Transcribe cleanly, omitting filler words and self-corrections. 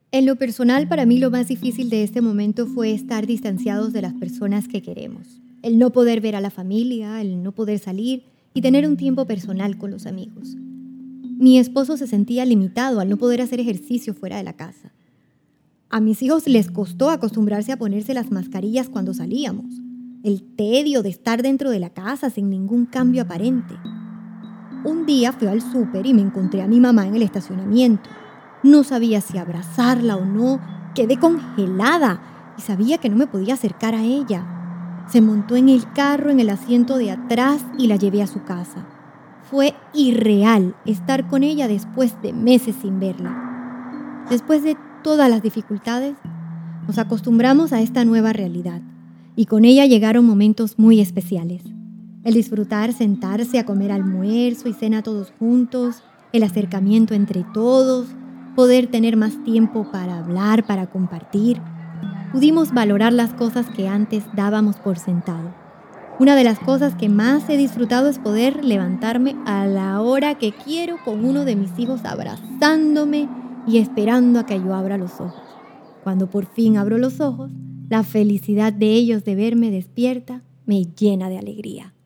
En lo personal, para mí lo más difícil de este momento fue estar distanciados de las personas que queremos. El no poder ver a la familia, el no poder salir y tener un tiempo personal con los amigos. Mi esposo se sentía limitado al no poder hacer ejercicio fuera de la casa. A mis hijos les costó acostumbrarse a ponerse las mascarillas cuando salíamos. El tedio de estar dentro de la casa sin ningún cambio aparente. Un día fui al súper y me encontré a mi mamá en el estacionamiento. No sabía si abrazarla o no. Quedé congelada y sabía que no me podía acercar a ella. Se montó en el carro en el asiento de atrás y la llevé a su casa. Fue irreal estar con ella después de meses sin verla. Después de todas las dificultades, nos acostumbramos a esta nueva realidad y con ella llegaron momentos muy especiales. El disfrutar, sentarse a comer almuerzo y cena todos juntos, el acercamiento entre todos, poder tener más tiempo para hablar, para compartir. Pudimos valorar las cosas que antes dábamos por sentado. Una de las cosas que más he disfrutado es poder levantarme a la hora que quiero con uno de mis hijos abrazándome y esperando a que yo abra los ojos. Cuando por fin abro los ojos, la felicidad de ellos de verme despierta me llena de alegría.